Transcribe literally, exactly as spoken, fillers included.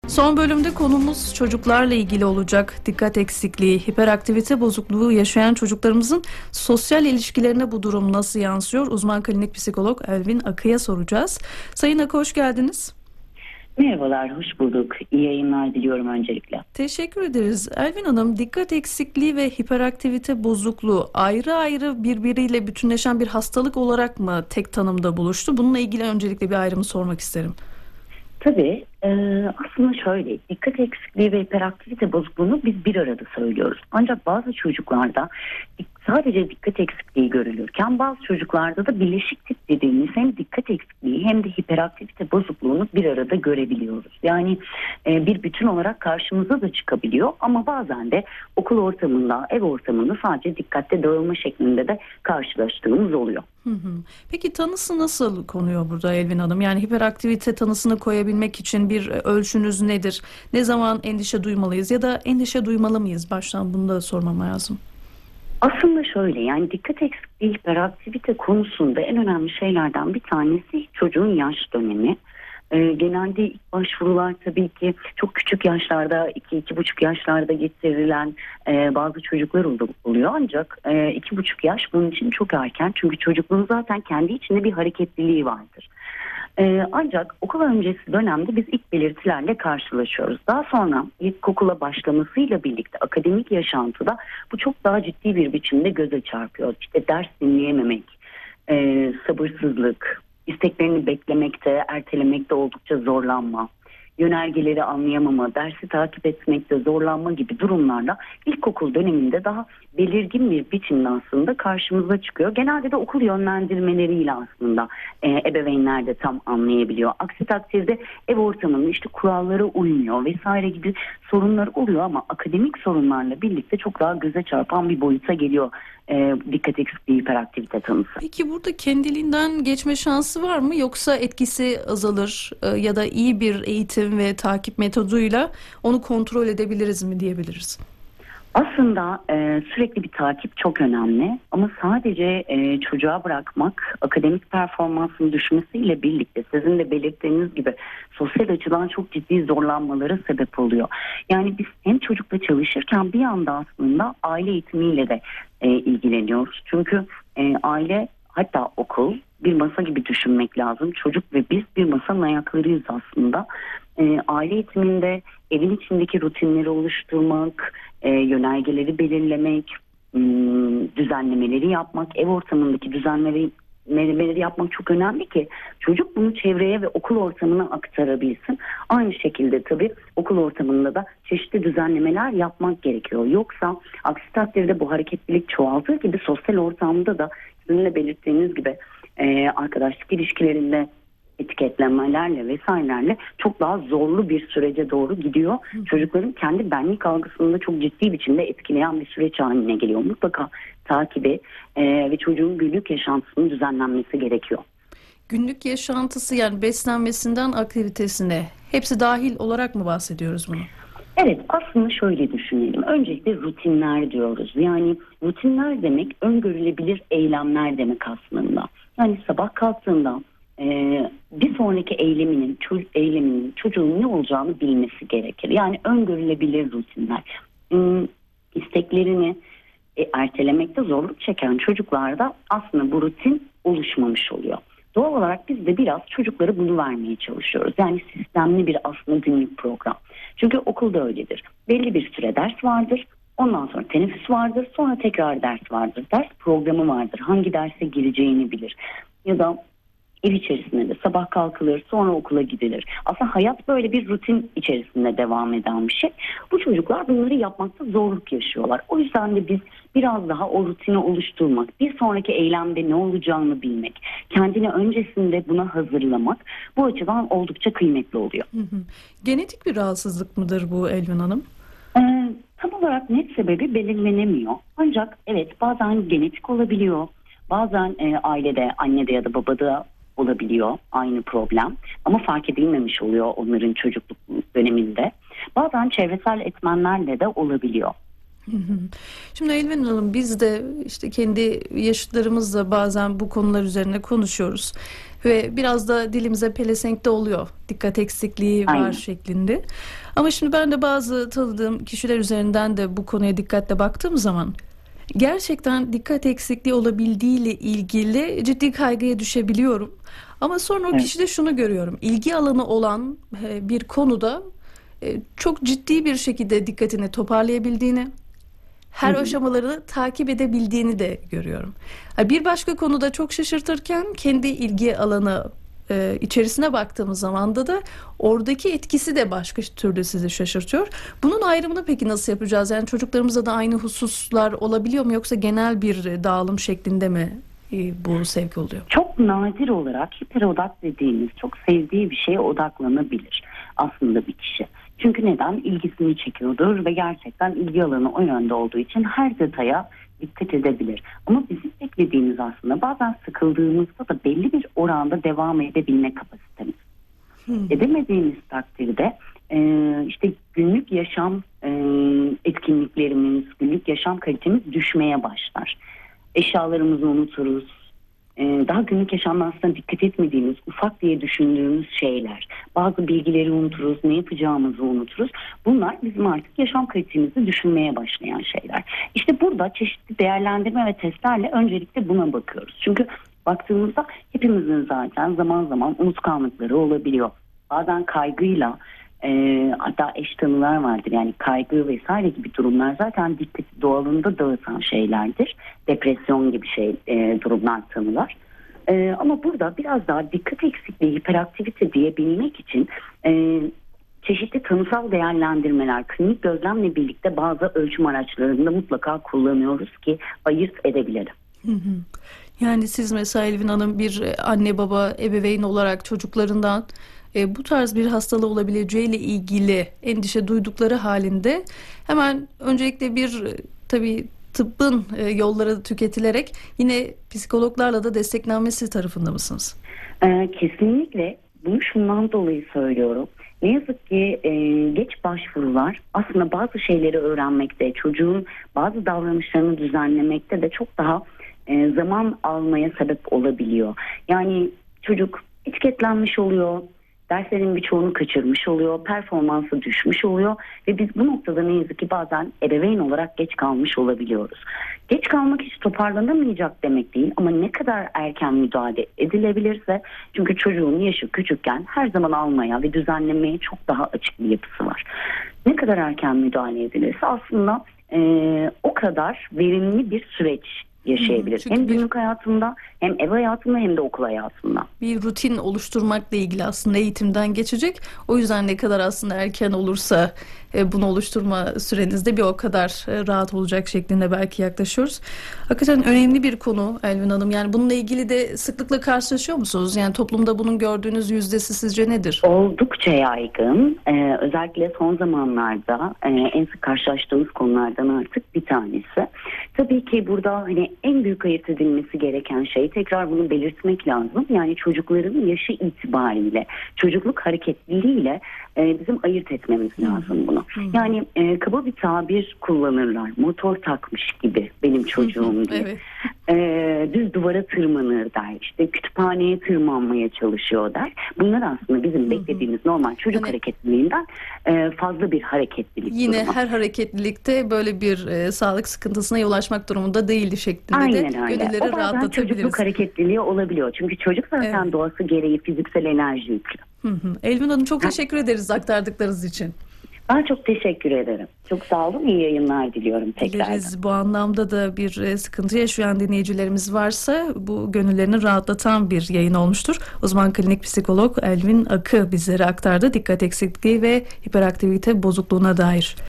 Son bölümde konumuz çocuklarla ilgili olacak. Dikkat eksikliği, hiperaktivite bozukluğu yaşayan çocuklarımızın sosyal ilişkilerine bu durum nasıl yansıyor? Uzman klinik psikolog Elvin Akı'ya soracağız. Sayın Akı, hoş geldiniz. Merhabalar, hoş bulduk. İyi yayınlar diliyorum öncelikle. Teşekkür ederiz. Elvin Hanım, dikkat eksikliği ve hiperaktivite bozukluğu ayrı ayrı birbiriyle bütünleşen bir hastalık olarak mı tek tanımda buluştu? Bununla ilgili öncelikle bir ayrımı sormak isterim. Tabii e, aslında şöyle, dikkat eksikliği ve hiperaktivite bozukluğunu biz bir arada söylüyoruz. Ancak bazı çocuklarda sadece dikkat eksikliği görülürken bazı çocuklarda da birleşik tip dediğimiz hem dikkat eksikliği hem de hiperaktivite bozukluğunu bir arada görebiliyoruz. Yani e, bir bütün olarak karşımıza da çıkabiliyor ama bazen de okul ortamında, ev ortamında sadece dikkatte dağılma şeklinde de karşılaştığımız oluyor. Hı hı. Peki tanısı nasıl konuyor burada Elvin Hanım? Yani hiperaktivite tanısını koyabilmek için bir ölçünüz nedir? Ne zaman endişe duymalıyız ya da endişe duymalı mıyız? Baştan bunu da sormam lazım. Aslında şöyle, yani dikkat eksikliği, hiperaktivite konusunda en önemli şeylerden bir tanesi çocuğun yaş dönemi. Ee, genelde ilk başvurular tabii ki çok küçük yaşlarda, iki iki buçuk yaşlarda getirilen e, bazı çocuklar oluyor. Ancak e, iki buçuk yaş bunun için çok erken, çünkü çocukluğun zaten kendi içinde bir hareketliliği vardır. Ee, ancak okul öncesi dönemde biz ilk belirtilerle karşılaşıyoruz. Daha sonra ilkokula başlamasıyla birlikte akademik yaşantıda bu çok daha ciddi bir biçimde göze çarpıyor. İşte ders dinleyememek, e, sabırsızlık, isteklerini beklemekte, ertelemekte oldukça zorlanma, yönergeleri anlayamama, dersi takip etmekte zorlanma gibi durumlarla ilkokul döneminde daha belirgin bir biçimde aslında karşımıza çıkıyor. Genelde de okul yönlendirmeleriyle aslında e, ebeveynler de tam anlayabiliyor. Aksi takdirde ev ortamının işte kurallara uymuyor vesaire gibi sorunlar oluyor ama akademik sorunlarla birlikte çok daha göze çarpan bir boyuta geliyor e, dikkat eksikliği, hiperaktivite tanısı. Peki burada kendiliğinden geçme şansı var mı, yoksa etkisi azalır e, ya da iyi bir eğitim ve takip metoduyla onu kontrol edebiliriz mi diyebiliriz? Aslında e, sürekli bir takip çok önemli ama sadece e, çocuğa bırakmak akademik performansın düşmesiyle birlikte sizin de belirttiğiniz gibi sosyal açıdan çok ciddi zorlanmalara sebep oluyor. Yani biz hem çocukla çalışırken bir yanda aslında aile eğitimiyle de e, ilgileniyoruz. Çünkü e, aile, hatta okul bir masa gibi düşünmek lazım. Çocuk ve biz bir masanın ayaklarıyız aslında. E, aile eğitiminde evin içindeki rutinleri oluşturmak, e, yönergeleri belirlemek, m, düzenlemeleri yapmak, ev ortamındaki düzenlemeleri yapmak çok önemli ki çocuk bunu çevreye ve okul ortamına aktarabilsin. Aynı şekilde tabii okul ortamında da çeşitli düzenlemeler yapmak gerekiyor. Yoksa aksi takdirde bu hareketlilik çoğaldığı gibi sosyal ortamda da sizin de belirttiğiniz gibi e, arkadaşlık ilişkilerinde etiketlemelerle vesairelerle çok daha zorlu bir sürece doğru gidiyor. Hı. Çocukların kendi benlik algısını da çok ciddi biçimde etkileyen bir süreç haline geliyor. Mutlaka takibi e, ve çocuğun günlük yaşantısının düzenlenmesi gerekiyor. Günlük yaşantısı, yani beslenmesinden aktivitesine hepsi dahil olarak mı bahsediyoruz bunu? Evet, aslında şöyle düşünelim. Öncelikle rutinler diyoruz. Yani rutinler demek öngörülebilir eylemler demek aslında. Yani sabah kalktığında Ee, bir sonraki eyleminin, ço- eyleminin çocuğun ne olacağını bilmesi gerekir. Yani öngörülebilir rutinler. Hmm, isteklerini e, ertelemekte zorluk çeken çocuklarda aslında bu rutin oluşmamış oluyor. Doğal olarak biz de biraz çocuklara bunu vermeye çalışıyoruz. Yani sistemli bir aslında günlük program. Çünkü okulda öyledir. Belli bir süre ders vardır. Ondan sonra teneffüs vardır. Sonra tekrar ders vardır. Ders programı vardır. Hangi derse gireceğini bilir. Ya da ev içerisinde de sabah kalkılır, sonra okula gidilir. Aslında hayat böyle bir rutin içerisinde devam eden bir şey. Bu çocuklar bunları yapmakta zorluk yaşıyorlar. O yüzden de biz biraz daha o rutini oluşturmak, bir sonraki eylemde ne olacağını bilmek, kendini öncesinde buna hazırlamak bu açıdan oldukça kıymetli oluyor. Hı hı. Genetik bir rahatsızlık mıdır bu Elvin Hanım? Ee, tam olarak net sebebi belirlenemiyor. Ancak evet, bazen genetik olabiliyor. Bazen e, ailede, annede ya da babada olabiliyor aynı problem, ama fark edilmemiş oluyor onların çocukluk döneminde. Bazen çevresel etmenlerle de olabiliyor. Hı hı. Şimdi Elvin Hanım, biz de işte kendi yaşıtlarımızla bazen bu konular üzerine konuşuyoruz ve biraz da dilimize pelesenk de oluyor. Dikkat eksikliği var Aynen. şeklinde. Ama şimdi ben de bazı tanıdığım kişiler üzerinden de bu konuya dikkatle baktığım zaman gerçekten dikkat eksikliği olabildiğiyle ilgili ciddi kaygıya düşebiliyorum. Ama sonra o Evet. kişide şunu görüyorum. İlgi alanı olan e, bir konuda e, çok ciddi bir şekilde dikkatini toparlayabildiğini, Hı her hı. aşamalarını takip edebildiğini de görüyorum. Ha, bir başka konuda çok şaşırtırken kendi ilgi alanı e, içerisine baktığımız zaman da da oradaki etkisi de başka türlü sizi şaşırtıyor. Bunun ayrımını peki nasıl yapacağız? Yani çocuklarımızda da aynı hususlar olabiliyor mu, yoksa genel bir e, dağılım şeklinde mi e, bu sevk oluyor? Çok nadir olarak hiperodak dediğimiz çok sevdiği bir şeye odaklanabilir aslında bir kişi. Çünkü neden? İlgisini çekiyordur ve gerçekten ilgi alanı o yönde olduğu için her detaya dikkat edebilir. Ama bizim beklediğimiz aslında bazen sıkıldığımızda da belli bir oranda devam edebilme kapasitemiz. Hmm. Edemediğimiz takdirde e, işte günlük yaşam e, etkinliklerimiz, günlük yaşam kalitemiz düşmeye başlar. Eşyalarımızı unuturuz. E, daha günlük yaşamda aslında dikkat etmediğimiz, ufak diye düşündüğümüz şeyler. Bazı bilgileri unuturuz, ne yapacağımızı unuturuz. Bunlar bizim artık yaşam kalitemizi düşürmeye başlayan şeyler. İşte burada çeşitli değerlendirme ve testlerle öncelikle buna bakıyoruz. Çünkü baktığımızda hepimizin zaten zaman zaman unutkanlıkları olabiliyor. Bazen kaygıyla, e, hatta eş tanılar vardır. Yani kaygı vesaire gibi durumlar zaten dikkati doğalında dağıtan şeylerdir. Depresyon gibi şey e, durumlar tanılar. E, ama burada biraz daha dikkat eksikliği, hiperaktivite diyebilmek için e, çeşitli tanısal değerlendirmeler, klinik gözlemle birlikte bazı ölçüm araçlarında mutlaka kullanıyoruz ki ayırt edebilelim. Hı hı. Yani siz mesela Elvin Hanım, bir e, anne baba ebeveyn olarak çocuklarından e, bu tarz bir hastalığı olabileceğiyle ilgili endişe duydukları halinde hemen öncelikle bir e, tabii tıbbın e, yolları tüketilerek yine psikologlarla da desteklenmesi tarafında mısınız? Ee, kesinlikle bunu şundan dolayı söylüyorum. Ne yazık ki e, geç başvurular aslında bazı şeyleri öğrenmekte, çocuğun bazı davranışlarını düzenlemekte de çok daha e, zaman almaya sebep olabiliyor. Yani çocuk etiketlenmiş oluyor, derslerin birçoğunu kaçırmış oluyor, performansı düşmüş oluyor ve biz bu noktada ne yazık ki bazen ebeveyn olarak geç kalmış olabiliyoruz. Geç kalmak hiç toparlanamayacak demek değil ama ne kadar erken müdahale edilebilirse, çünkü çocuğun yaşı küçükken her zaman almaya ve düzenlemeye çok daha açık bir yapısı var. Ne kadar erken müdahale edilirse aslında e, o kadar verimli bir süreç yaşayabilir. Çünkü Hem bir günlük hayatında hem ev hayatında hem de okul hayatında. bir rutin oluşturmakla ilgili aslında eğitimden geçecek. O yüzden ne kadar aslında erken olursa e, bunu oluşturma sürenizde bir o kadar e, rahat olacak şeklinde belki yaklaşıyoruz. Hakikaten önemli bir konu Elvin Hanım. Yani bununla ilgili de sıklıkla karşılaşıyor musunuz? Yani toplumda bunun gördüğünüz yüzdesi sizce nedir? Oldukça yaygın. Ee, özellikle son zamanlarda e, en sık karşılaştığımız konulardan artık bir tanesi. Tabii ki burada hani en büyük ayırt edilmesi gereken şey, tekrar bunu belirtmek lazım. Yani çocukların yaşı itibariyle, çocukluk hareketliliğiyle e, bizim ayırt etmemiz lazım bunu. Yani e, kaba bir tabir kullanırlar. Motor takmış gibi benim çocuğum diye. Evet. E, düz duvara tırmanır der. İşte kütüphaneye tırmanmaya çalışıyor der. Bunlar aslında bizim beklediğimiz normal çocuk Hani- hareketliliğinden e, fazla bir hareketlilik Yine durumu. her hareketlilikte böyle bir e, sağlık sıkıntısına yol açmak durumunda değildi şeklinde de Aynen öyle. gönülleri O bazen rahatlatabiliriz. çocukluk hareketliliği olabiliyor. Çünkü çocuk zaten Evet. doğası gereği fiziksel enerji yüklü. Hı hı. Elvin Hanım, çok teşekkür ederiz aktardıklarınız için. Ben çok teşekkür ederim. Çok sağ olun. İyi yayınlar diliyorum tekrar. Dileriz bu anlamda da bir e, sıkıntı yaşayan dinleyicilerimiz varsa bu gönüllerini rahatlatan bir yayın olmuştur. Uzman klinik psikolog Elvin Akı bizlere aktardı dikkat eksikliği ve hiperaktivite bozukluğuna dair.